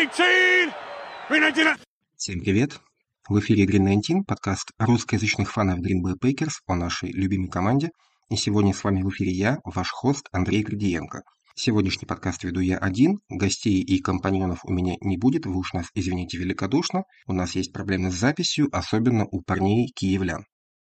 Всем привет! В эфире Green 19, подкаст русскоязычных фанов Green Bay Packers о нашей любимой команде. И сегодня с вами в эфире я, ваш хост Андрей Гордиенко. Сегодняшний подкаст веду я один, гостей и компаньонов у меня не будет, вы уж нас извините великодушно. У нас есть проблемы с записью, особенно у парней киевлян.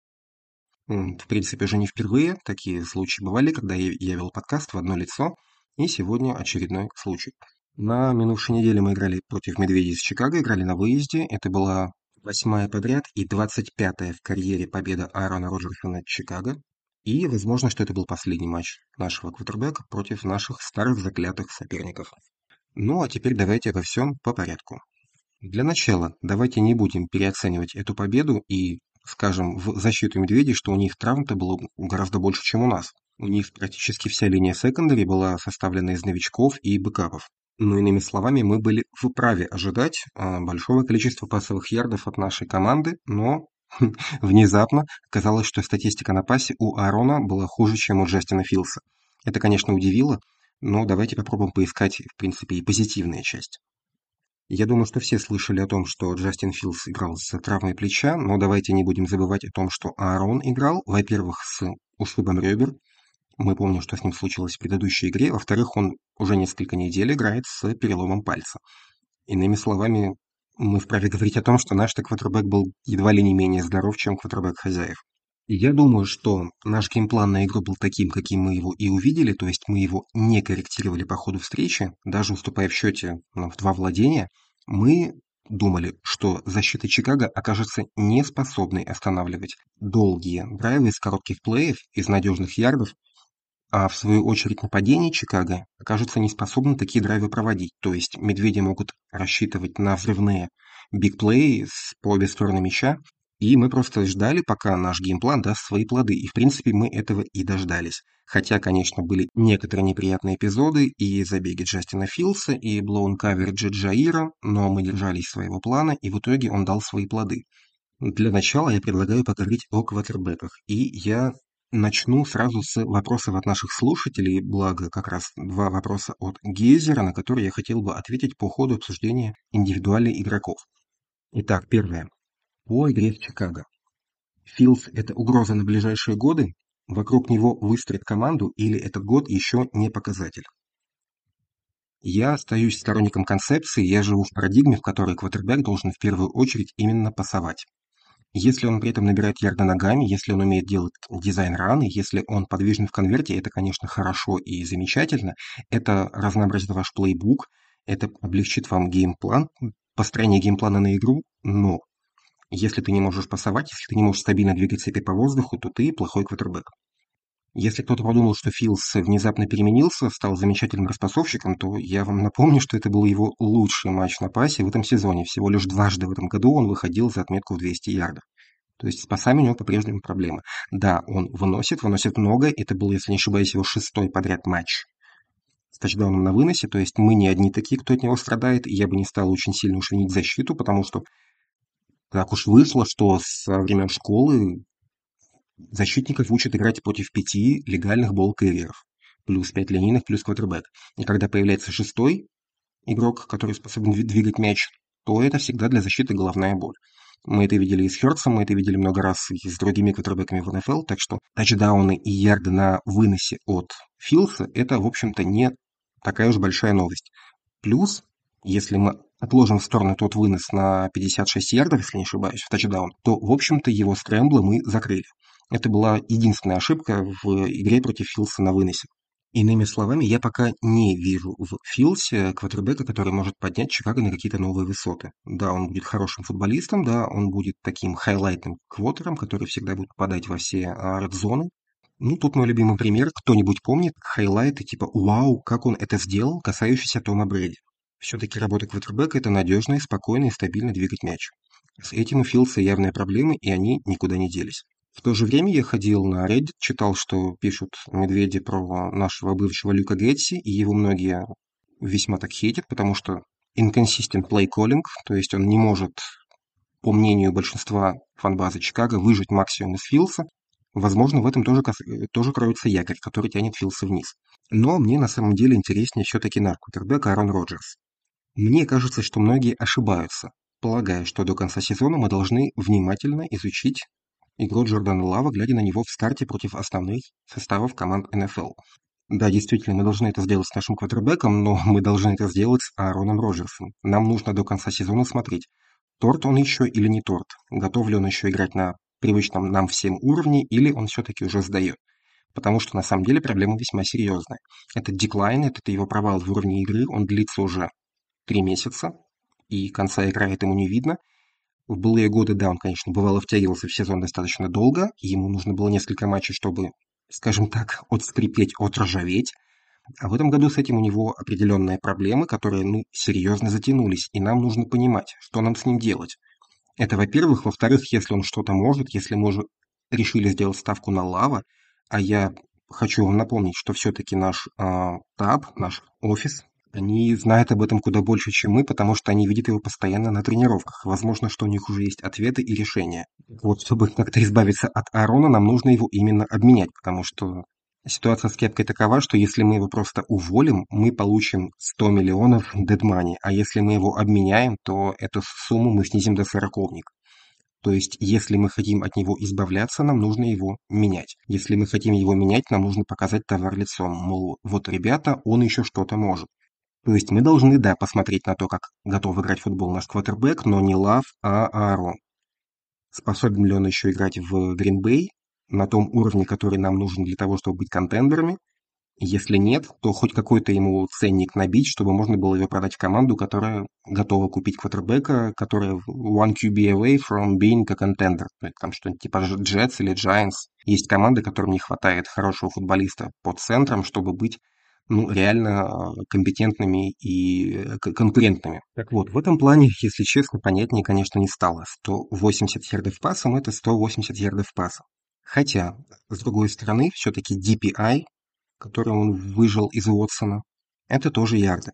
В принципе, уже не впервые такие случаи бывали, когда я вел подкаст в одно лицо, и сегодня очередной случай. На минувшей неделе мы играли против Медведей из Чикаго, играли на выезде. Это была 8-я подряд и 25-я в карьере победа Аарона Роджерса над Чикаго. И возможно, что это был последний матч нашего квотербека против наших старых заклятых соперников. Ну, а теперь давайте обо всем по порядку. Для начала давайте не будем переоценивать эту победу и скажем в защиту Медведей, что у них травм-то было гораздо больше, чем у нас. У них практически вся линия секондари была составлена из новичков и бэкапов. Но иными словами, мы были вправе ожидать большого количества пасовых ярдов от нашей команды, но внезапно оказалось, что статистика на пасе у Аарона была хуже, чем у Джастина Филдса. Это, конечно, удивило, но давайте попробуем поискать, в принципе, и позитивная часть. Я думаю, что все слышали о том, что Джастин Филдс играл с травмой плеча, но давайте не будем забывать о том, что Аарон играл, во-первых, с ушибом ребер. Мы помним, что с ним случилось в предыдущей игре. Во-вторых, он уже несколько недель играет с переломом пальца. Иными словами, мы вправе говорить о том, что наш квотербек был едва ли не менее здоров, чем квотербек хозяев. И я думаю, что наш геймплан на игру был таким, каким мы его и увидели, то есть мы его не корректировали по ходу встречи, даже уступая в счете в 2 владения. Мы думали, что защита Чикаго окажется неспособной останавливать долгие драйвы из коротких плеев, из надежных ярдов, а в свою очередь нападение Чикаго окажется неспособным такие драйвы проводить. То есть медведи могут рассчитывать на взрывные бигплеи по обе стороны мяча, и мы просто ждали, пока наш геймплан даст свои плоды. И в принципе мы этого и дождались. Хотя, конечно, были некоторые неприятные эпизоды и забеги Джастина Филдса, и blown coverage Джаира, но мы держались своего плана, и в итоге он дал свои плоды. Для начала я предлагаю поговорить о квотербеках. И я начну сразу с вопросов от наших слушателей, благо как раз 2 вопроса от Гейзера, на которые я хотел бы ответить по ходу обсуждения индивидуальных игроков. Итак, первое. По игре в Чикаго. Филдс – это угроза на ближайшие годы? Вокруг него выстроит команду или этот год еще не показатель? Я остаюсь сторонником концепции, я живу в парадигме, в которой квотербек должен в первую очередь именно пасовать. Если он при этом набирает ярды ногами, если он умеет делать дизайн раны, если он подвижен в конверте, это, конечно, хорошо и замечательно. Это разнообразит ваш плейбук, это облегчит вам геймплан, построение геймплана на игру, но если ты не можешь пасовать, если ты не можешь стабильно двигать цепи по воздуху, то ты плохой квотербек. Если кто-то подумал, что Филдс внезапно переменился, стал замечательным распасовщиком, то я вам напомню, что это был его лучший матч на пасе в этом сезоне. Всего лишь дважды в этом году он выходил за отметку в 200 ярдов. То есть с пасами у него по-прежнему проблемы. Да, он выносит много. Это был, если не ошибаюсь, его 6-й подряд матч с тачдауном на выносе. То есть мы не одни такие, кто от него страдает. И я бы не стал очень сильно уж винить защиту, потому что так уж вышло, что со времен школы защитников учат играть против 5 легальных болл-кэрриеров. Плюс 5 линейных, плюс квотербек. И когда появляется 6-й игрок, который способен двигать мяч, то это всегда для защиты головная боль. Мы это видели и с Хёртсом, мы это видели много раз и с другими квотербеками в НФЛ, так что тачдауны и ярды на выносе от Филдса – это, в общем-то, не такая уж большая новость. Плюс, если мы отложим в сторону тот вынос на 56 ярдов, если не ошибаюсь, в тачдаун, то, в общем-то, его скрэмблы мы закрыли. Это была единственная ошибка в игре против Филдса на выносе. Иными словами, я пока не вижу в Филдсе квотербека, который может поднять Чикаго на какие-то новые высоты. Да, он будет хорошим футболистом, да, он будет таким хайлайтным квотером, который всегда будет попадать во все редзоны. Ну, тут мой любимый пример. Кто-нибудь помнит хайлайты типа «Вау, как он это сделал», касающиеся Тома Брэди? Все-таки работа квотербека – это надежно, спокойно и стабильно двигать мяч. С этим у Филдса явные проблемы, и они никуда не делись. В то же время я ходил на Reddit, читал, что пишут медведи про нашего бывшего Люка Гетси, и его многие весьма так хейтят, потому что inconsistent play calling, то есть он не может, по мнению большинства фан-базы Чикаго, выжать максимум из Филдса. Возможно, в этом тоже кроется якорь, который тянет Филдса вниз. Но мне на самом деле интереснее все-таки наш квотербек Аарон Роджерс. Мне кажется, что многие ошибаются, полагая, что до конца сезона мы должны внимательно изучить игру Джордана Лава, глядя на него в старте против основных составов команд НФЛ. Да, действительно, мы должны это сделать с нашим квотербеком, но мы должны это сделать с Аароном Роджерсом. Нам нужно до конца сезона смотреть, торт он еще или не торт, готов ли он еще играть на привычном нам всем уровне, или он все-таки уже сдает. Потому что на самом деле проблема весьма серьезная. Этот деклайн, этот его провал в уровне игры, он длится уже 3 месяца, и конца играет ему не видно. В былые годы, да, он, конечно, бывало втягивался в сезон достаточно долго, и ему нужно было несколько матчей, чтобы, скажем так, отскрипеть, отржаветь. А в этом году с этим у него определенные проблемы, которые, ну, серьезно затянулись, и нам нужно понимать, что нам с ним делать. Это, во-первых. Во-вторых, если он что-то может, если мы уже решили сделать ставку на Лава, а я хочу вам напомнить, что все-таки наш таб, наш офис, они знают об этом куда больше, чем мы, потому что они видят его постоянно на тренировках. Возможно, что у них уже есть ответы и решения. Вот, чтобы как-то избавиться от Аарона, нам нужно его именно обменять, потому что ситуация с Кепкой такова, что если мы его просто уволим, мы получим 100 миллионов dead money, а если мы его обменяем, то эту сумму мы снизим до сороковник. То есть, если мы хотим от него избавляться, нам нужно его менять. Если мы хотим его менять, нам нужно показать товар лицом, мол, вот, ребята, он еще что-то может. То есть мы должны, да, посмотреть на то, как готов играть в футбол наш квотербек, но не Лав, а Аарон. Способен ли он еще играть в Green Bay на том уровне, который нам нужен для того, чтобы быть контендерами? Если нет, то хоть какой-то ему ценник набить, чтобы можно было его продать в команду, которая готова купить квотербека, которая one QB away from being a contender. То есть там что-нибудь типа Jets или Giants. Есть команды, которым не хватает хорошего футболиста под центром, чтобы быть ну, реально компетентными и конкурентными. Так вот, в этом плане, если честно, понятнее, конечно, не стало. 180 ярдов пасом– это 180 ярдов пасом. Хотя, с другой стороны, все-таки DPI, который он выжил из Уотсона, это тоже ярды.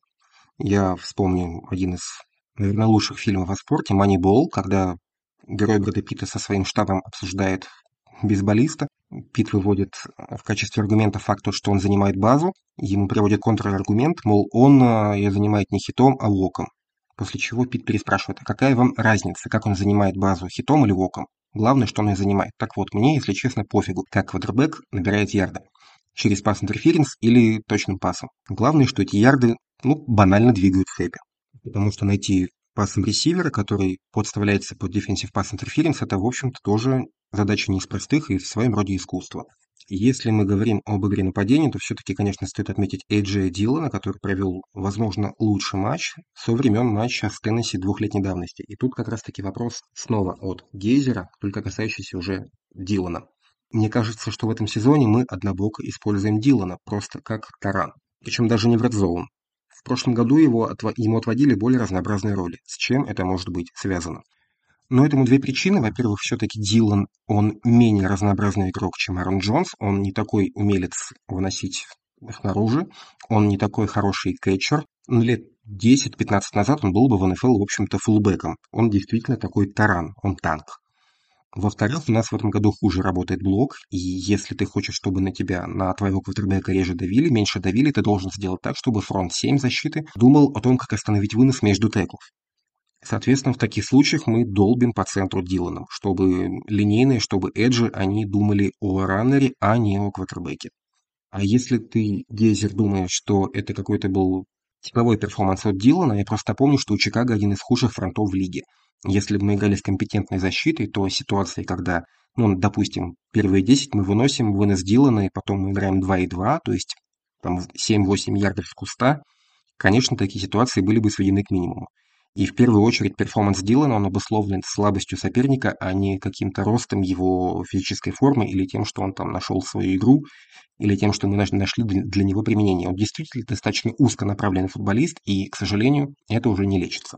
Я вспомню один из, наверное, лучших фильмов о спорте «Манибол», когда герой Брэда Питта со своим штабом обсуждает бейсболиста. Питт выводит в качестве аргумента факт, что он занимает базу. Ему приводят контраргумент, мол, он ее занимает не хитом, а воком. После чего Питт переспрашивает, а какая вам разница, как он занимает базу, хитом или воком? Главное, что он ее занимает. Так вот, мне, если честно, пофигу, как квотербек набирает ярды. Через пас-интерференс или точным пасом. Главное, что эти ярды, ну, банально двигают хэппи. Потому что найти пассом ресивера, который подставляется под defensive pass interference, это, в общем-то, тоже задача не из простых и в своем роде искусство. Если мы говорим об игре нападения, то все-таки, конечно, стоит отметить Эйджея Дилана, который провел, возможно, лучший матч со времен матча с Теннесси двухлетней давности. И тут как раз-таки вопрос снова от Гейзера, только касающийся уже Дилана. Мне кажется, что в этом сезоне мы однобоко используем Дилана, просто как таран. Причем даже не в Red Zone. В прошлом году ему отводили более разнообразные роли. С чем это может быть связано? Но этому две причины. Во-первых, все-таки Дилан, он менее разнообразный игрок, чем Аарон Джонс. Он не такой умелец выносить снаружи. Он не такой хороший кэтчер. Но лет 10-15 назад он был бы в НФЛ, в общем-то, фуллбеком. Он действительно такой таран, он танк. Во-вторых, у нас в этом году хуже работает блок, и если ты хочешь, чтобы на тебя, на твоего квотербека реже давили, меньше давили, ты должен сделать так, чтобы фронт 7 защиты думал о том, как остановить вынос между теклов. Соответственно, в таких случаях мы долбим по центру Диланом, чтобы линейные, чтобы эджи, они думали о раннере, а не о квотербеке. А если ты, Гейзер, думаешь, что это какой-то был тепловой перформанс от Дилана, я просто помню, что у Чикаго один из худших фронтов в лиге. Если бы мы играли с компетентной защитой, то ситуации, когда, ну, допустим, первые 10 мы выносим вынос Дилана, и потом мы играем 2-2, то есть там 7-8 ярдов с куста, конечно, такие ситуации были бы сведены к минимуму. И в первую очередь перформанс Дилана, он обусловлен слабостью соперника, а не каким-то ростом его физической формы или тем, что он там нашел свою игру, или тем, что мы нашли для него применение. Он действительно достаточно узконаправленный футболист, и, к сожалению, это уже не лечится.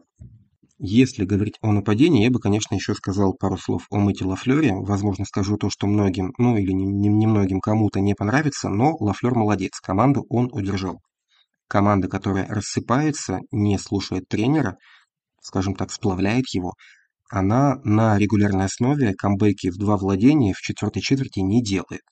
Если говорить о нападении, я бы, конечно, еще сказал пару слов о Мэтте Лафлёре. Возможно, скажу то, что многим, ну или немногим кому-то не понравится, но Лафлёр молодец, команду он удержал. Команда, которая рассыпается, не слушает тренера, скажем так, сплавляет его, она на регулярной основе камбэки в 2 владения в четвертой четверти не делает.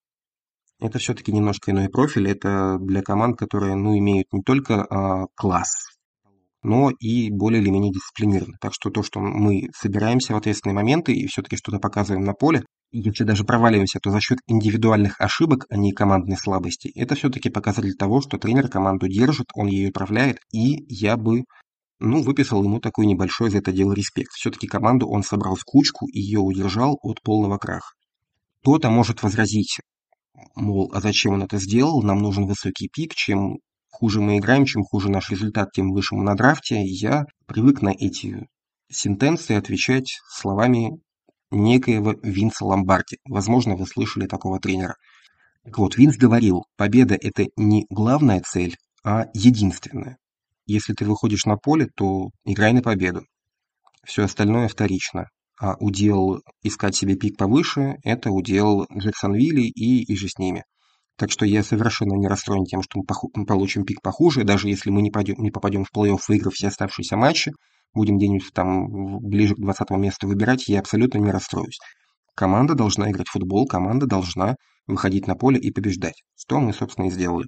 Это все-таки немножко иной профиль, это для команд, которые, ну, имеют не только класс, но и более или менее дисциплинированно. Так что то, что мы собираемся в ответственные моменты и все-таки что-то показываем на поле, и если даже проваливаемся, то за счет индивидуальных ошибок, а не командной слабости, это все-таки показатель того, что тренер команду держит, он ее управляет, и я бы выписал ему такой небольшой за это дело респект. Все-таки команду он собрал в кучку и ее удержал от полного краха. Кто-то может возразить, мол, а зачем он это сделал, нам нужен высокий пик, чем хуже мы играем, чем хуже наш результат, тем выше мы на драфте. Я привык на эти сентенции отвечать словами некоего Винса Ломбарди. Возможно, вы слышали такого тренера. Так вот, Винс говорил, победа – это не главная цель, а единственная. Если ты выходишь на поле, то играй на победу. Все остальное вторично. А удел искать себе пик повыше – это удел Джексонвилли и же с ними. Так что я совершенно не расстроен тем, что мы получим пик похуже, даже если мы не попадем в плей-офф, выиграв все оставшиеся матчи, будем где-нибудь там ближе к 20 месту выбирать, я абсолютно не расстроюсь. Команда должна играть в футбол, команда должна выходить на поле и побеждать, что мы, собственно, и сделали.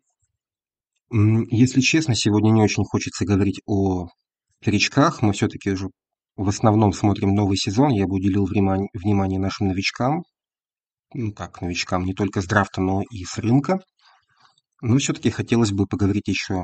Если честно, сегодня не очень хочется говорить о старичках, мы все-таки уже в основном смотрим новый сезон, я бы уделил внимание нашим новичкам, новичкам не только с драфта, но и с рынка. Но все-таки хотелось бы поговорить еще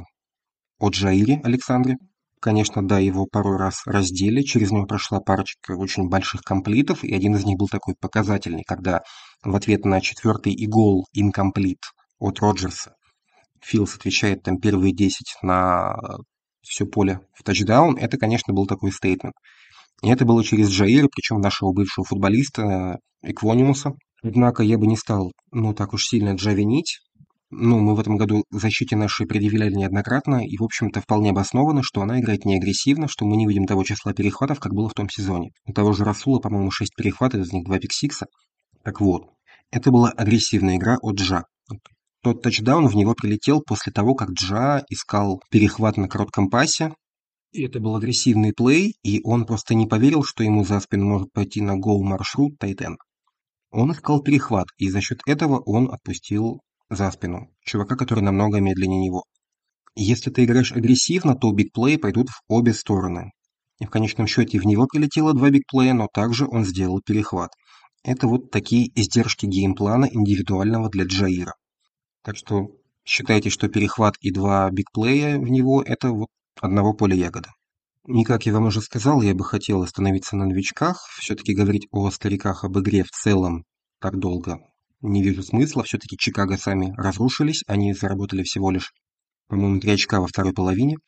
о Джаире Александре. Конечно, да, его пару раз раздели, через него прошла парочка очень больших комплитов, и один из них был такой показательный, когда в ответ на 4-й и гол инкомплит от Роджерса Филдс отвечает там первые 10 на все поле в тачдаун. Это, конечно, был такой стейтмент. И это было через Джаира, причем нашего бывшего футболиста Эквонимуса. Однако я бы не стал, так уж сильно Джа винить. Мы в этом году защите нашей предъявляли неоднократно, и, в общем-то, вполне обоснованно, что она играет не агрессивно, что мы не видим того числа перехватов, как было в том сезоне. У того же Расула, по-моему, 6 перехватов, из них 2 пиксикса. Так вот, это была агрессивная игра от Джа. Тот тачдаун в него прилетел после того, как Джа искал перехват на коротком пасе. И это был агрессивный плей, и он просто не поверил, что ему за спину может пойти на гол-маршрут тайт-энд. Он искал перехват, и за счет этого он отпустил за спину чувака, который намного медленнее него. Если ты играешь агрессивно, то бигплеи пойдут в обе стороны. И в конечном счете в него прилетело 2 бигплея, но также он сделал перехват. Это вот такие издержки геймплана индивидуального для Джаира. Так что считайте, что перехват и 2 бигплея в него – это вот одного поля ягода. И как я вам уже сказал, я бы хотел остановиться на новичках. Все-таки говорить о стариках, об игре в целом так долго не вижу смысла. Все-таки Чикаго сами разрушились. Они заработали всего лишь, по-моему, 3 очка во второй половине.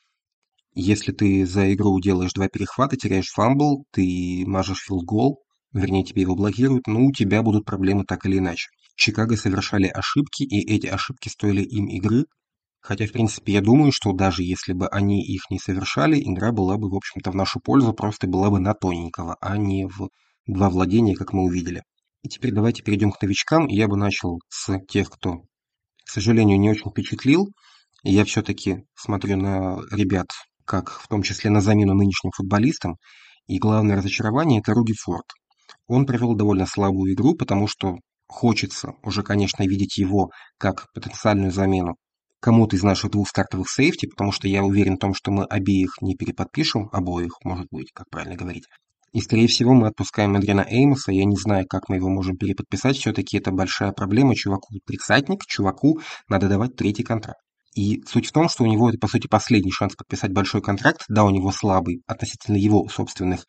Если ты за игру делаешь 2 перехвата, теряешь фамбл, ты мажешь филд-гол, вернее, тебе его блокируют, у тебя будут проблемы так или иначе. Чикаго совершали ошибки, и эти ошибки стоили им игры. Хотя, в принципе, я думаю, что даже если бы они их не совершали, игра была бы, в общем-то, в нашу пользу, просто была бы на тоненького, а не в 2 владения, как мы увидели. И теперь давайте перейдем к новичкам. Я бы начал с тех, кто, к сожалению, не очень впечатлил. И я все-таки смотрю на ребят, как в том числе на замену нынешним футболистам. И главное разочарование – это Руди Форд. Он провел довольно слабую игру, потому что хочется уже, конечно, видеть его как потенциальную замену кому-то из наших 2 стартовых сейфти, потому что я уверен в том, что мы обеих не переподпишем, обоих, может быть, как правильно говорить. И, скорее всего, мы отпускаем Адриана Эймоса. Я не знаю, как мы его можем переподписать. Все-таки это большая проблема. Чуваку тридцатник, чуваку надо давать 3-й контракт. И суть в том, что у него это, по сути, последний шанс подписать большой контракт. Да, у него слабый относительно его собственных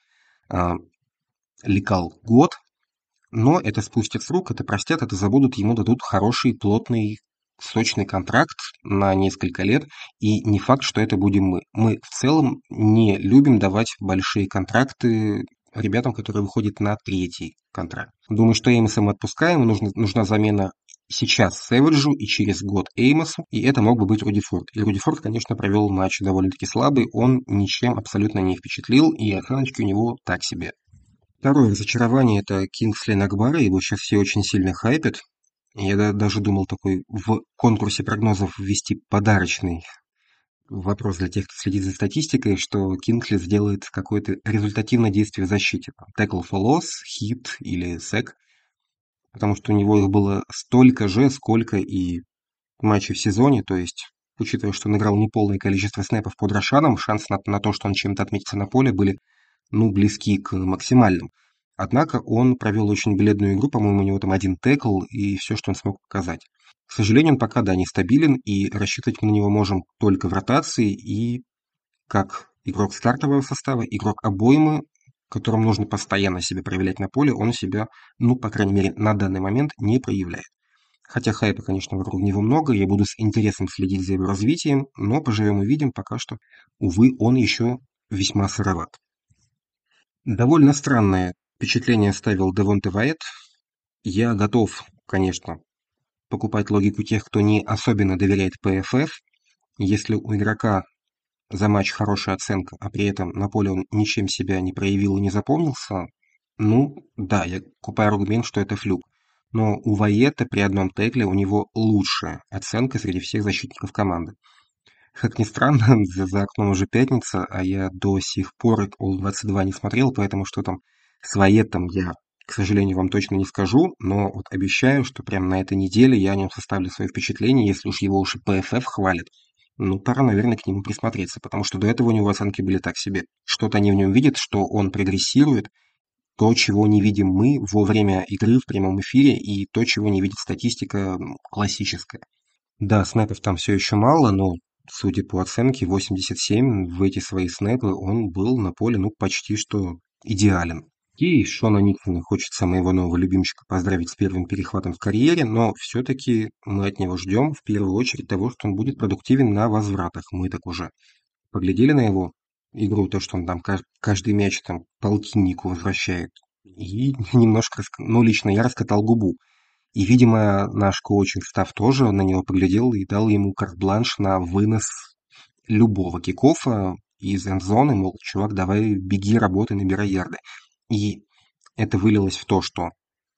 лекал год, но это спустят с рук, это простят, это забудут, ему дадут хороший, плотный, сочный контракт на несколько лет, и не факт, что это будем мы. Мы в целом не любим давать большие контракты ребятам, которые выходят на 3-й контракт. Думаю, что Эймоса мы отпускаем, нужна замена сейчас Сэвиджу и через год Эймосу, и это мог бы быть Руди Форд. И Руди Форд, конечно, провел матч довольно-таки слабый, он ничем абсолютно не впечатлил, и оценочки у него так себе. Второе разочарование – это Кингсли Нагбара, его сейчас все очень сильно хайпят. Я даже думал такой в конкурсе прогнозов ввести подарочный вопрос для тех, кто следит за статистикой, что Кингсли сделает какое-то результативное действие в защите. Tackle for loss, хит или сек. Потому что у него их было столько же, сколько и матчей в сезоне, то есть учитывая, что он играл неполное количество снэпов под Рошаном, шансы на то, что он чем-то отметится на поле, были близки к максимальным. Однако он провел очень бледную игру, по-моему, у него там один текл и все, что он смог показать. К сожалению, он пока, да, нестабилен, и рассчитывать мы на него можем только в ротации и как игрок стартового состава, игрок обоймы, которому нужно постоянно себя проявлять на поле, он себя, по крайней мере, на данный момент не проявляет. Хотя хайпа, конечно, вокруг него много, я буду с интересом следить за его развитием, но поживем увидим, пока что, увы, он еще весьма сыроват. Довольно странное впечатление оставил Девонте Вайт. Я готов, конечно, покупать логику тех, кто не особенно доверяет PFF. Если у игрока за матч хорошая оценка, а при этом на поле он ничем себя не проявил и не запомнился, да, я купаю аргумент, что это флюк. Но у Вайета при одном текле у него лучшая оценка среди всех защитников команды. Как ни странно, за окном уже пятница, а я до сих пор All-22 не смотрел, поэтому что там с Вайетом я, к сожалению, вам точно не скажу, но вот обещаю, что прямо на этой неделе я о нем составлю свое впечатление, если уж его уж и PFF хвалит. Пора, наверное, к нему присмотреться, потому что до этого у него оценки были так себе. Что-то они в нем видят, что он прогрессирует, то, чего не видим мы во время игры в прямом эфире, и то, чего не видит статистика классическая. Да, снэпов там все еще мало, но, судя по оценке, 87 в эти свои снэпы он был на поле, почти что идеален. И Шона Никсона хочется моего нового любимчика поздравить с первым перехватом в карьере, но все-таки мы от него ждем в первую очередь того, что он будет продуктивен на возвратах. Мы так уже поглядели на его игру, то, что он там каждый мяч там полтиннику возвращает. И немножко, лично я раскатал губу. И, видимо, наш коучинг-став тоже на него поглядел и дал ему карт-бланш на вынос любого кикоффа из эндзоны, мол, чувак, давай беги, работай, набирай ярды. И это вылилось в то, что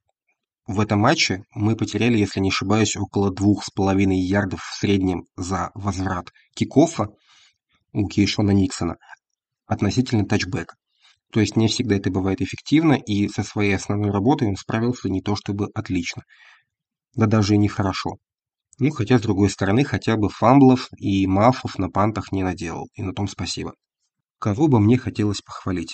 в этом матче мы потеряли, если не ошибаюсь, около 2,5 ярдов в среднем за возврат кикоффа у Кейшона Никсона относительно тачбэка. То есть не всегда это бывает эффективно, и со своей основной работой он справился не то чтобы отлично, да даже и нехорошо. Хотя, с другой стороны, хотя бы фамблов и мафов на пантах не наделал, и на том спасибо. Кого бы мне хотелось похвалить?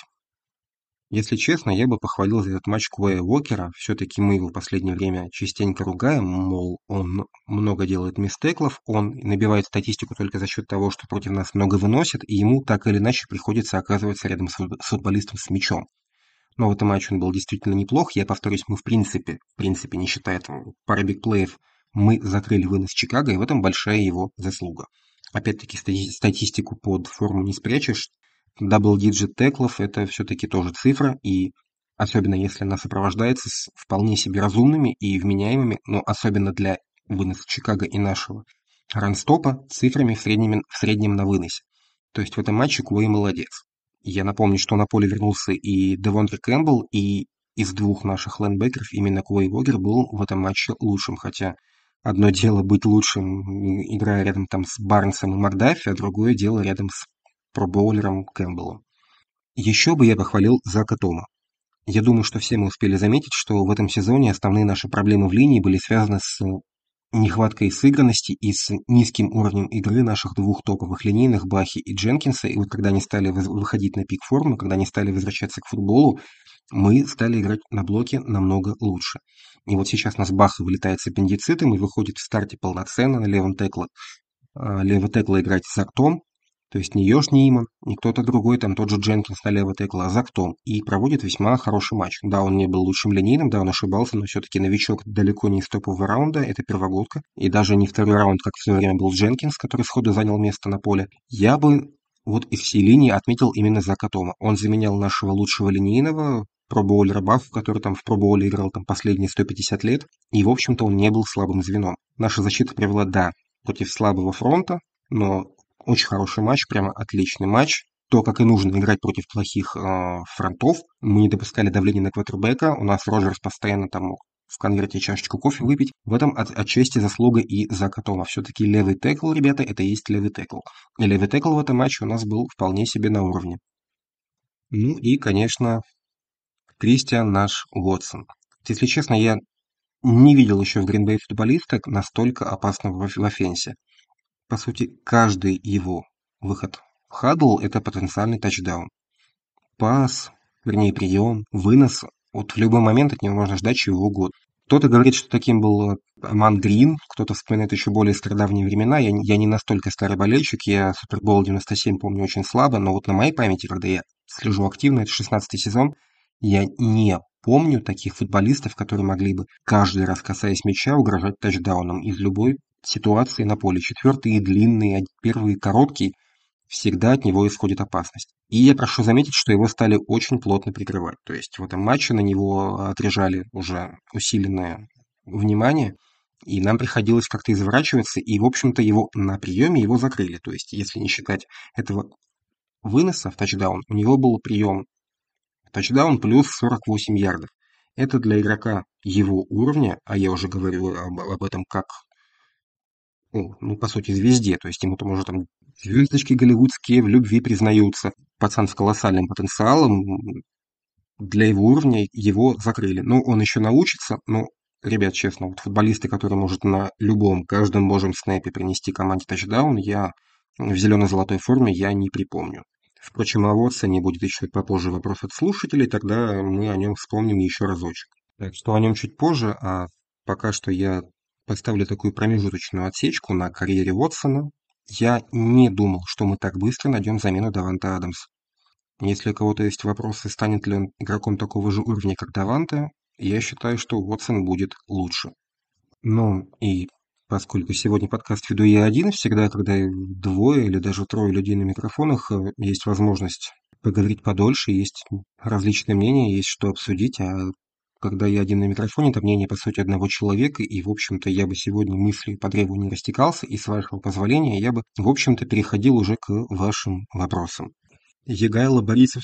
Если честно, я бы похвалил за этот матч Куэя Уокера. Все-таки мы его в последнее время частенько ругаем, мол, он много делает мистеклов, он набивает статистику только за счет того, что против нас много выносит, и ему так или иначе приходится оказываться рядом с футболистом с мячом. Но в этом матче он был действительно неплох. Я повторюсь, мы в принципе, не считая там пары бигплеев, мы закрыли вынос Чикаго, и в этом большая его заслуга. Опять-таки, статистику под форму не спрячешь. Дабл-диджит теклов – это все-таки тоже цифра, и особенно если она сопровождается с вполне себе разумными и вменяемыми, но особенно для выноса Чикаго и нашего ранстопа, цифрами в среднем на выносе. То есть в этом матче Куэй молодец. Я напомню, что на поле вернулся и Девонтри Кэмпбелл, и из двух наших лайнбекеров именно Куэй Уокер был в этом матче лучшим, хотя одно дело быть лучшим, играя рядом там с Барнсом и Макдаффи, а другое дело рядом с пробоулером Кэмпбеллом. Еще бы я похвалил Зака Тома. Я думаю, что все мы успели заметить, что в этом сезоне основные наши проблемы в линии были связаны с нехваткой сыгранности и с низким уровнем игры наших двух топовых линейных, Бахи и Дженкинса. И вот когда они стали выходить на пик формы, когда они стали возвращаться к футболу, мы стали играть на блоке намного лучше. И вот сейчас у нас Баха вылетает с аппендицитом и выходит в старте полноценно на левом текле. Левый текла играть с Актом, то есть не Йош Ниман, не кто-то другой, там тот же Дженкинс на левый текла, а за Актом. И проводит весьма хороший матч. Да, он не был лучшим линейным, да, он ошибался, но все-таки новичок далеко не из топового раунда, это первогодка. И даже не второй раунд, как в свое время был Дженкинс, который сходу занял место на поле. Я бы вот из всей линии отметил именно Зака Тома. Он заменял нашего лучшего линейного, пробоулера Бафф, который там в пробоуле играл там последние 150 лет. И, в общем-то, он не был слабым звеном. Наша защита провела, да, против слабого фронта, но очень хороший матч, прямо отличный матч. То, как и нужно играть против плохих фронтов. Мы не допускали давления на квотербека. У нас Роджерс постоянно там мог в конверте чашечку кофе выпить. В этом отчасти заслуга и Зака Тома. Все-таки левый текл, ребята, это и есть левый текл. И левый текл в этом матче у нас был вполне себе на уровне. И, конечно, Кристиан наш Уотсон. Если честно, я не видел еще в Green Bay футболиста настолько опасного в офенсе. по сути, каждый его выход в хадл – это потенциальный тачдаун. Пас, вернее, прием, вынос. Вот в любой момент от него можно ждать чего угодно. Кто-то говорит, что таким был Аман Грин, кто-то вспоминает еще более стародавние времена. Я не настолько старый болельщик, я Супербол 97 помню очень слабо, но вот на моей памяти, когда я слежу активно, это 16-й сезон, я не помню таких футболистов, которые могли бы каждый раз, касаясь мяча, угрожать тачдауном из любой ситуации на поле. Четвертый длинный, первый короткий, всегда от него исходит опасность. И я прошу заметить, что его стали очень плотно прикрывать. То есть в этом матче на него отряжали уже усиленное внимание, и нам приходилось как-то изворачиваться, и, в общем-то, его на приеме его закрыли. То есть, если не считать этого выноса в тачдаун, у него был прием тачдаун плюс 48 ярдов. Это для игрока его уровня, а я уже говорю об этом как ну, по сути, звезде. То есть ему-то уже там звездочки голливудские в любви признаются. Пацан с колоссальным потенциалом. Для его уровня его закрыли. Ну, он еще научится, но, ребят, честно, вот футболисты, которые может на любом, каждом божьем снэпе принести команде тачдаун, я в зелено-золотой форме я не припомню. Впрочем, о Уотсоне будет еще попозже вопрос от слушателей, тогда мы о нем вспомним еще разочек. Так что о нем чуть позже, а пока что я поставлю такую промежуточную отсечку на карьере Уотсона. Я не думал, что мы так быстро найдем замену Даванте Адамс. Если у кого-то есть вопросы, станет ли он игроком такого же уровня, как Даванте, я считаю, что Уотсон будет лучше. Ну и поскольку сегодня подкаст веду я один, всегда, когда двое или даже трое людей на микрофонах, есть возможность поговорить подольше, есть различные мнения, есть что обсудить, а когда я один на микрофоне, это мнение, по сути, одного человека, и, в общем-то, я бы сегодня мыслью по древу не растекался, и, с вашего позволения, я бы, в общем-то, переходил уже к вашим вопросам. Егайло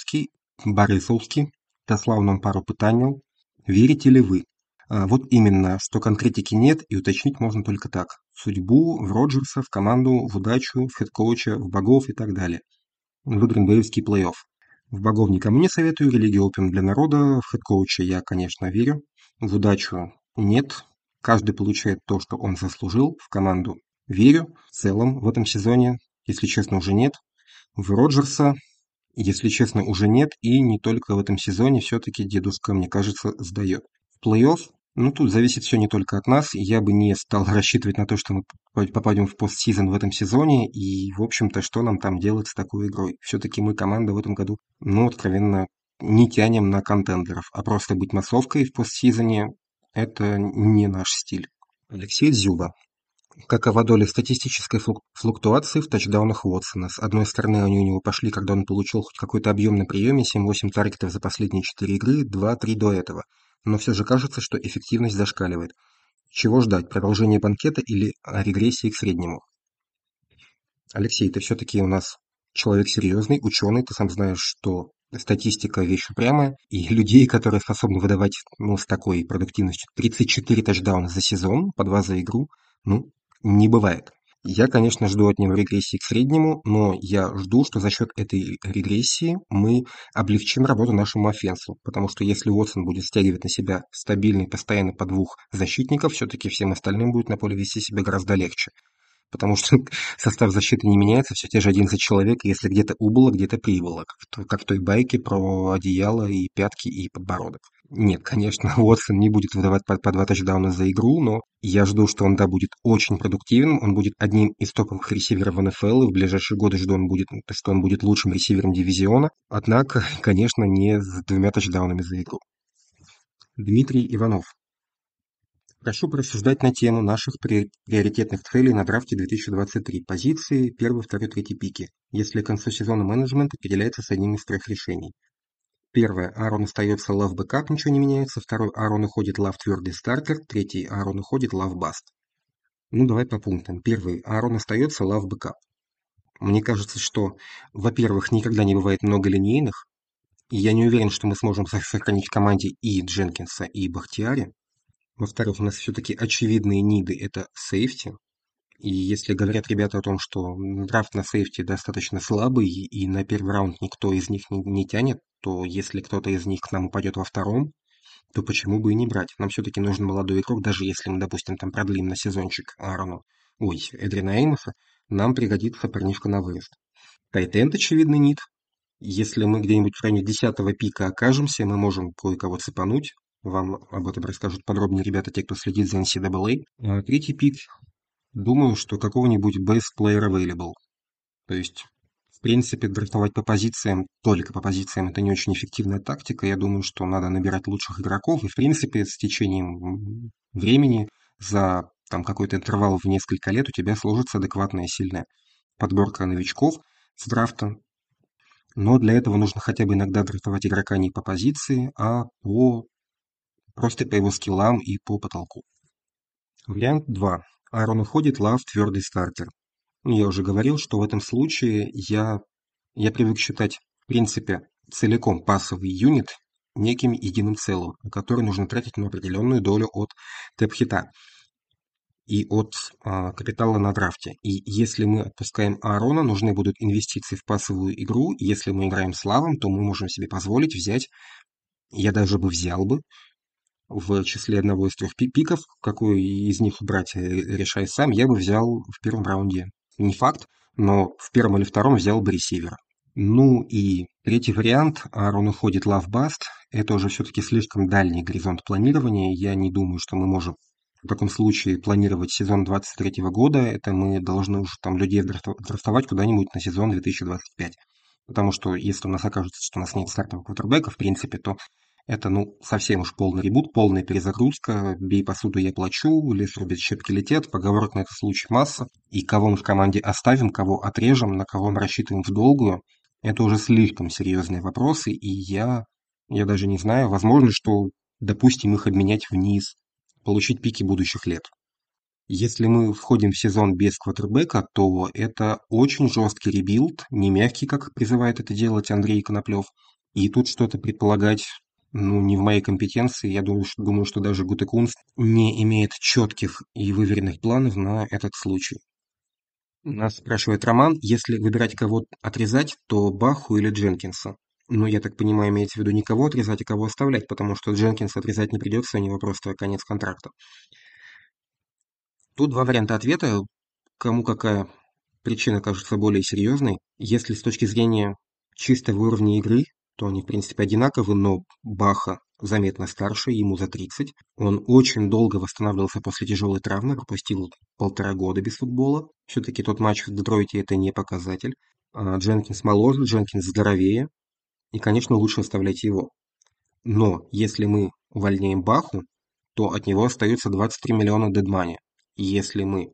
Борисовский дослав нам пару питань. Верите ли вы? Вот именно, что конкретики нет, и уточнить можно только так. В судьбу, в Роджерса, в команду, в удачу, в хед-коуча, в богов и так далее. В гринбеевский плей-офф. В богов никому не советую, религия опиум для народа, в хед-коуча я, конечно, верю. В удачу нет, каждый получает то, что он заслужил, в команду верю. В целом в этом сезоне, если честно, уже нет. В Роджерса, если честно, уже нет, и не только в этом сезоне, все-таки дедушка, мне кажется, сдает. В плей-офф, ну тут зависит все не только от нас, я бы не стал рассчитывать на то, что мы попадем в постсезон в этом сезоне, и, в общем-то, что нам там делать с такой игрой. Все-таки мы команда в этом году, ну, откровенно, не тянем на контендеров, а просто быть массовкой в постсезоне – это не наш стиль. Алексей Дзюба. Какова доля статистической флуктуации в тачдаунах Уотсона? С одной стороны, они у него пошли, когда он получил хоть какой-то объем на приеме, 7-8 таргетов за последние 4 игры, 2-3 до этого. Но все же кажется, что эффективность зашкаливает. Чего ждать? Продолжение банкета или регрессии к среднему? Алексей, ты все-таки у нас человек серьезный, ученый, ты сам знаешь, что статистика вещь упрямая, и людей, которые способны выдавать с такой продуктивностью 34 тачдауна за сезон, по 2 за игру, не бывает. Я, конечно, жду от него регрессии к среднему, но я жду, что за счет этой регрессии мы облегчим работу нашему офенсу, потому что если Уотсон будет стягивать на себя стабильный, постоянно по 2 защитников, все-таки всем остальным будет на поле вести себя гораздо легче. Потому что состав защиты не меняется, все те же 11 человек, если где-то убыло, где-то прибыло, как в той байке про одеяло и пятки и подбородок. Нет, конечно, Уотсон не будет выдавать по 2 тачдауна за игру, но я жду, что он, будет очень продуктивным, он будет одним из топовых ресиверов в НФЛ, и в ближайшие годы жду, что он будет лучшим ресивером дивизиона, однако, конечно, не с 2 тачдаунами за игру. Дмитрий Иванов. Прошу порассуждать на тему наших приоритетных целей на драфте 2023. Позиции 1, 2, 3 пики, если к концу сезона менеджмент определяется с одним из 3 решений. Первое. Аарон остается лав бэкап, ничего не меняется. Второй. Аарон уходит лав твердый стартер. Третий. Аарон уходит лав баст. Давай по пунктам. Первый. Аарон остается лав бэкап. Мне кажется, что, во-первых, никогда не бывает много линейных. И я не уверен, что мы сможем сохранить в команде и Дженкинса, и Бахтиари. Во-вторых, у нас все-таки очевидные ниды – это сейфти. И если говорят ребята о том, что драфт на сейфти достаточно слабый, и на первый раунд никто из них не тянет, то если кто-то из них к нам упадет во втором, то почему бы и не брать? Нам все-таки нужен молодой игрок, даже если мы, допустим, там продлим на сезончик Эдрина Эймоса, нам пригодится парнишка на выезд. Тайтенд, очевидно, нет. Если мы где-нибудь в районе 10-го пика окажемся, мы можем кое-кого цепануть. Вам об этом расскажут подробнее ребята, те, кто следит за NCAA. Третий пик. Думаю, что какого-нибудь best player available. То есть, в принципе, драфтовать по позициям, только по позициям, это не очень эффективная тактика. Я думаю, что надо набирать лучших игроков. И, в принципе, с течением времени за там какой-то интервал в несколько лет у тебя сложится адекватная, сильная подборка новичков с драфта. Но для этого нужно хотя бы иногда драфтовать игрока не по позиции, а просто по его скиллам и по потолку. Вариант 2. Аарон уходит, Лав твердый стартер. Я уже говорил, что в этом случае я привык считать, в принципе, целиком пассовый юнит неким единым целым, на который нужно тратить на определенную долю от кэп-хита и от капитала на драфте. И если мы отпускаем Аарона, нужны будут инвестиции в пассовую игру. И если мы играем с Лавом, то мы можем себе позволить взять, я даже бы взял бы, в числе одного из трех пиков, какой из них брать, решай сам, я бы взял в первом раунде. Не факт, но в первом или втором взял бы ресивера. Ну и третий вариант, Аарон уходит лав-баст, это уже все-таки слишком дальний горизонт планирования, я не думаю, что мы можем в таком случае планировать сезон 2023 года, это мы должны уже там людей драфтовать куда-нибудь на сезон 2025. Потому что если у нас окажется, что у нас нет стартового квотербека, в принципе, то это, совсем уж полный ребут, полная перезагрузка, бей посуду, я плачу, лес рубит, щепки летят, поговорок на этот случай масса. И кого мы в команде оставим, кого отрежем, на кого мы рассчитываем в долгую, это уже слишком серьезные вопросы, и я даже не знаю, возможно, что допустим их обменять вниз, получить пики будущих лет. Если мы входим в сезон без квотербека, то это очень жесткий ребилд, не мягкий, как призывает это делать Андрей Коноплев. И тут что-то предполагать, не в моей компетенции. Я думаю, что даже Гутекунст не имеет четких и выверенных планов на этот случай. Нас спрашивает Роман, если выбирать кого отрезать, то Баху или Дженкинса? Я так понимаю, имеется в виду не кого отрезать, а кого оставлять, потому что Дженкинса отрезать не придется, у него просто конец контракта. Тут два варианта ответа, кому какая причина кажется более серьезной. Если с точки зрения чистого уровня игры, то они, в принципе, одинаковы, но Баха заметно старше, ему за 30. Он очень долго восстанавливался после тяжелой травмы, пропустил 1,5 года без футбола. Все-таки тот матч в Детройте – это не показатель. Дженкинс моложе, Дженкинс здоровее, и, конечно, лучше оставлять его. Но если мы увольняем Баху, то от него остается 23 миллиона дедмани. И если мы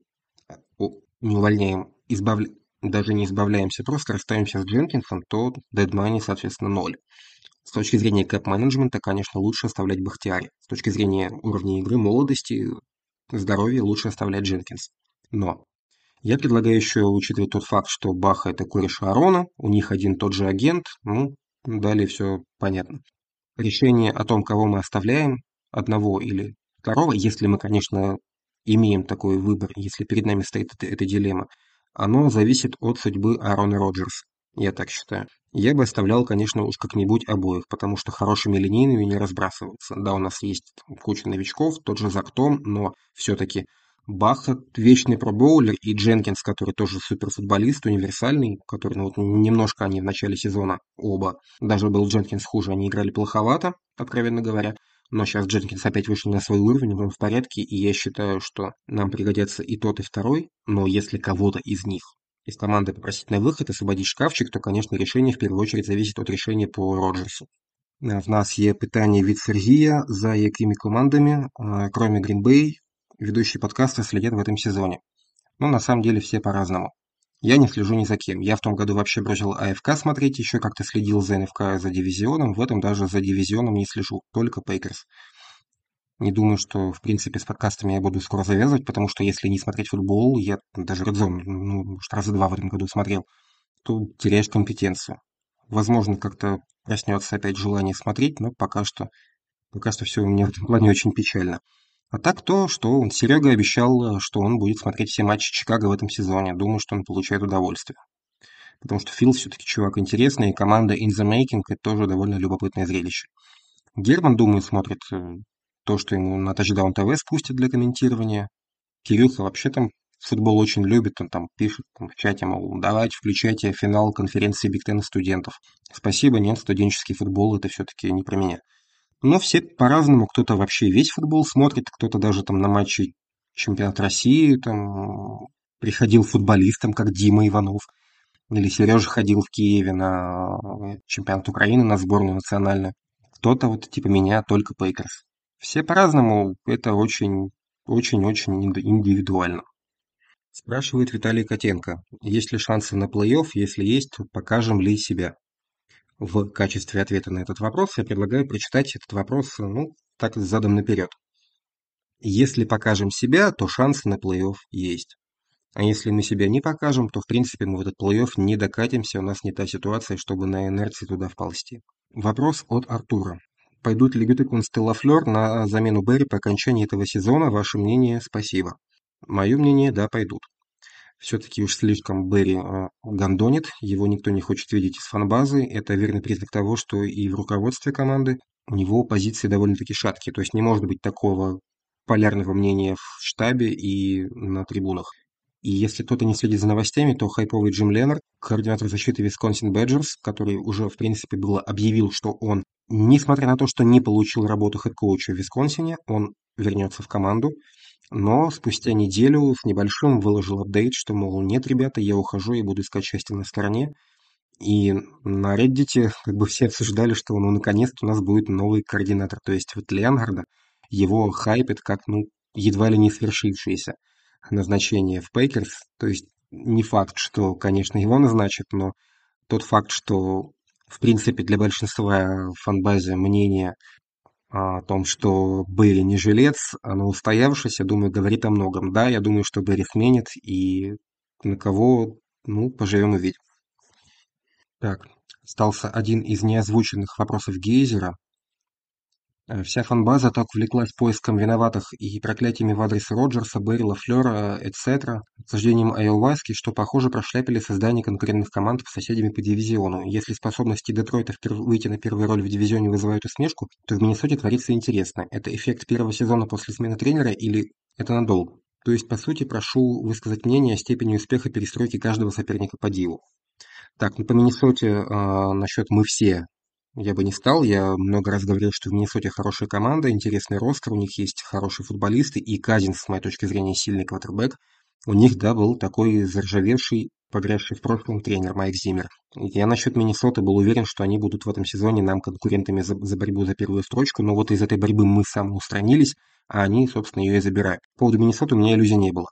не увольняем, даже не избавляемся, просто расстаемся с Дженкинсом, то дедмани, соответственно, 0. С точки зрения кэп-менеджмента, конечно, лучше оставлять Бахтиари. С точки зрения уровня игры, молодости, здоровья лучше оставлять Дженкинс. Но я предлагаю еще учитывать тот факт, что Баха – это кореш Аарона, у них один тот же агент, далее все понятно. Решение о том, кого мы оставляем, одного или второго, если мы, конечно, имеем такой выбор, если перед нами стоит эта дилемма, оно зависит от судьбы Аарона Роджерса, я так считаю. Я бы оставлял, конечно, уж как-нибудь обоих, потому что хорошими линейными не разбрасываются. Да, у нас есть куча новичков, тот же Зак Том, но все-таки Баха вечный пробоулер, и Дженкинс, который тоже суперфутболист, универсальный, который, немножко они в начале сезона оба, даже был Дженкинс хуже, они играли плоховато, откровенно говоря, но сейчас Дженкинс опять вышел на свой уровень, он в порядке, и я считаю, что нам пригодятся и тот, и второй, но если кого-то из них из команды попросить на выход, освободить шкафчик, то, конечно, решение в первую очередь зависит от решения по Роджерсу. В нас є питання від Сергія, за якими командами, кроме Green Bay, ведущие подкаста следят в этом сезоне. На самом деле все по-разному. Я не слежу ни за кем. Я в том году вообще бросил АФК смотреть, еще как-то следил за НФК, за дивизионом. В этом даже за дивизионом не слежу, только Пейкерс. Не думаю, что, в принципе, с подкастами я буду скоро завязывать, потому что если не смотреть футбол, я даже Red Zone, может, раза 2 в этом году смотрел, то теряешь компетенцию. Возможно, как-то проснется опять желание смотреть, но пока что все у меня в этом плане очень печально. А так то, что Серега обещал, что он будет смотреть все матчи Чикаго в этом сезоне. Думаю, что он получает удовольствие. Потому что Фил все-таки чувак интересный, и команда In The Making – это тоже довольно любопытное зрелище. Герман, думаю, смотрит то, что ему на Touchdown TV спустят для комментирования. Кирюха вообще там футбол очень любит, он там пишет в чате, мол, давайте включайте финал конференции Биг Тен студентов. Спасибо, нет, студенческий футбол это все-таки не про меня. Но все по-разному, кто-то вообще весь футбол смотрит, кто-то даже там на матчи чемпионат России там приходил футболистом, как Дима Иванов, или Сережа ходил в Киеве на чемпионат Украины, на сборную национальную. Кто-то вот типа меня только Пейкерс. Все по-разному, это очень-очень индивидуально. Спрашивает Виталий Котенко, есть ли шансы на плей-офф, если есть, то покажем ли себя? В качестве ответа на этот вопрос я предлагаю прочитать этот вопрос, ну, так задом наперед. Если покажем себя, то шансы на плей-офф есть. А если мы себя не покажем, то, в принципе, мы в этот плей-офф не докатимся, у нас не та ситуация, чтобы на инерции туда вползти. Вопрос от Артура. Пойдут ли Гютекунст и Лафлер на замену Берри по окончании этого сезона? Ваше мнение? Спасибо. Мое мнение, да, пойдут. Все-таки уж слишком Берри гондонит, его никто не хочет видеть из фанбазы. Это верный признак того, что и в руководстве команды у него позиции довольно-таки шаткие. То есть не может быть такого полярного мнения в штабе и на трибунах. И если кто-то не следит за новостями, то хайповый Джим Леннард, координатор защиты Висконсин Бэджерс, который уже, в принципе, было объявил, что он, несмотря на то, что не получил работу хед-коуча в Висконсине, он вернется в команду. Но спустя неделю с небольшим выложил апдейт, что, мол, нет, ребята, я ухожу и буду искать счастье на стороне. И на Reddit как бы все обсуждали, что ну наконец-то у нас будет новый координатор. То есть вот Ленгарда, его хайпит как ну едва ли не свершившееся назначение в Пейкерс. То есть не факт, что, конечно, его назначат, но тот факт, что в принципе для большинства фанбазы мнение о том, что Берри не жилец, оно устоявшееся, думаю, говорит о многом. Да, я думаю, что Берри сменит, и на кого, ну, поживем увидим. Так, остался один из неозвученных вопросов Гейзера. Вся фанбаза так увлеклась поиском виноватых и проклятиями в адрес Роджерса, Беррила, Флера, etc., обсуждением Айоваски, что, похоже, прошляпили создание конкурентных команд с соседями по дивизиону. Если способности Детройта выйти на первую роль в дивизионе вызывают усмешку, то в Миннесоте творится интересно. Это эффект первого сезона после смены тренера или это надолго? То есть, по сути, прошу высказать мнение о степени успеха перестройки каждого соперника по диву. Так, ну по Миннесоте насчет «мы все» я бы не стал. Я много раз говорил, что в Миннесоте хорошая команда, интересный ростер, у них есть хорошие футболисты, и Казинс, с моей точки зрения, сильный квотербек. У них, да, был такой заржавевший, погрязший в прошлом тренер Майк Зиммер. Я насчет Миннесоты был уверен, что они будут в этом сезоне нам конкурентами за борьбу за первую строчку, но вот из этой борьбы мы самоустранились, а они, собственно, ее и забирают. По поводу Миннесоты у меня иллюзий не было.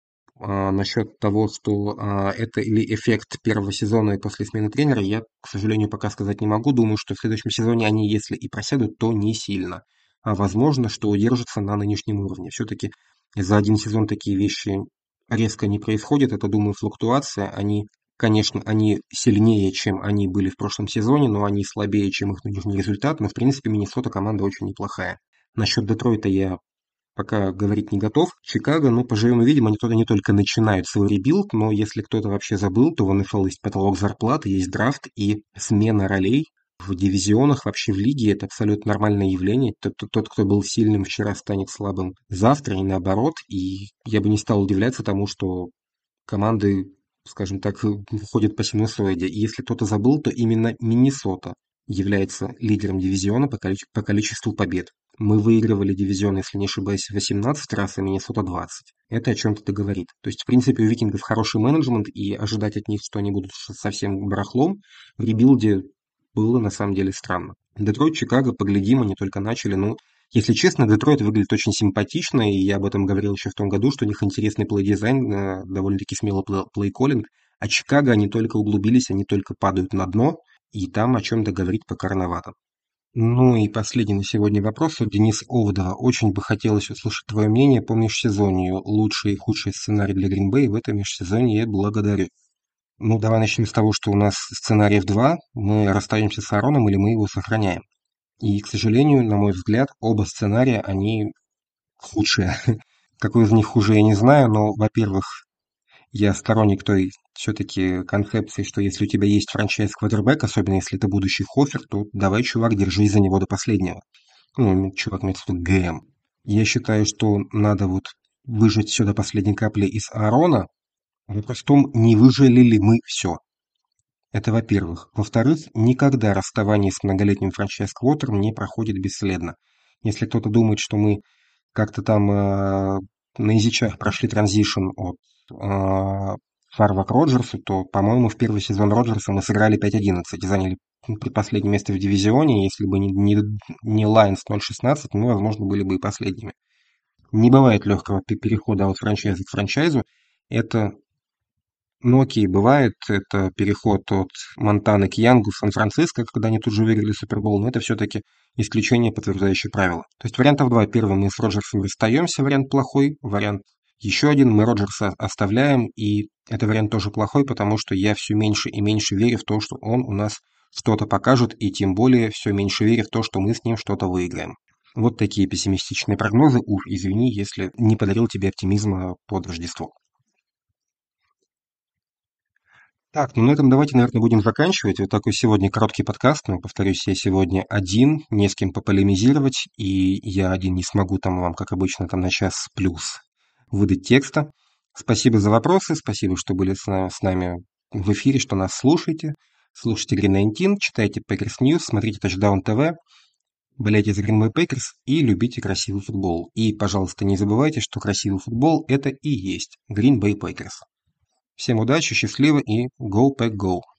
Насчет того, что это или эффект первого сезона и после смены тренера, я, к сожалению, пока сказать не могу. Думаю, что в следующем сезоне они, если и просядут, то не сильно. А возможно, что удержатся на нынешнем уровне. Все-таки за один сезон такие вещи резко не происходят. Это, думаю, флуктуация. Они, конечно, они сильнее, чем они были в прошлом сезоне, но они слабее, чем их нынешний результат. Но, в принципе, Миннесота команда очень неплохая. Насчет Детройта я пока говорить не готов. Чикаго, ну, поживем увидим, они туда не только начинают свой ребилд, но если кто-то вообще забыл, то в НФЛ есть потолок зарплаты, есть драфт и смена ролей в дивизионах, вообще в лиге, это абсолютно нормальное явление. Тот, кто был сильным вчера, станет слабым завтра, и наоборот. И я бы не стал удивляться тому, что команды, скажем так, ходят по синусоиде. И если кто-то забыл, то именно Миннесота является лидером дивизиона по количеству побед. Мы выигрывали дивизион, если не ошибаюсь, 18 раз, а Миннесота 20. Это о чем-то говорит. То есть, в принципе, у Викингов хороший менеджмент, и ожидать от них, что они будут совсем барахлом, в ребилде было на самом деле странно. Детройт, Чикаго, поглядим, они только начали. Ну, если честно, Детройт выглядит очень симпатично, и я об этом говорил еще в том году, что у них интересный плей-дизайн, довольно-таки смелый плей-коллинг, а Чикаго, они только углубились, они только падают на дно, и там о чем-то говорить пока рановато. Ну и последний на сегодня вопрос от Дениса Оводова. Очень бы хотелось услышать твое мнение по межсезонью. Лучший и худший сценарий для Green Bay в этом межсезонье. Благодарю. Ну, давай начнем с того, что у нас сценариев два. Мы расстаемся с Аароном или мы его сохраняем. И, к сожалению, на мой взгляд, оба сценария, они худшие. Какой из них хуже, я не знаю, но, во-первых, я сторонник той все-таки концепции, что если у тебя есть франчайз-квотербек, особенно если это будущий Хофер, то давай, чувак, держись за него до последнего. Ну, чувак имеется в виду ГМ. Я считаю, что надо вот выжать все до последней капли из Аарона. Вопрос в том, не выжили ли мы все. Это во-первых. Во-вторых, никогда расставание с многолетним франчайз-квотером не проходит бесследно. Если кто-то думает, что мы как-то там на изичах прошли транзишн от Фарва к Роджерсу, то, по-моему, в первый сезон Роджерса мы сыграли 5-11 и заняли предпоследнее место в дивизионе. Если бы не Lions 0-16, мы, возможно, были бы и последними. Не бывает легкого перехода от франчайза к франчайзу. Это, ну окей, бывает, это переход от Монтаны к Янгу в Сан-Франциско, когда они тут же выиграли Супербол, но это все-таки исключение, подтверждающее правило. То есть вариантов два. Первый, мы с Роджерсом расстаемся, вариант плохой. Вариант еще один, мы Роджерса оставляем, и это вариант тоже плохой, потому что я все меньше и меньше верю в то, что он у нас что-то покажет, и тем более все меньше верю в то, что мы с ним что-то выиграем. Вот такие пессимистичные прогнозы. Уф, извини, если не подарил тебе оптимизма под Рождество. Так, ну на этом давайте, наверное, будем заканчивать. Вот такой сегодня короткий подкаст. Но, повторюсь, я сегодня один, не с кем пополемизировать, и я один не смогу там вам, как обычно, там на час плюс выдать текста. Спасибо за вопросы, спасибо, что были с нами в эфире, что нас слушаете. Слушайте Green 19, читайте Packers News, смотрите Touchdown TV, болейте за Green Bay Packers и любите красивый футбол. И, пожалуйста, не забывайте, что красивый футбол – это и есть Green Bay Packers. Всем удачи, счастливо и Go Pack Go!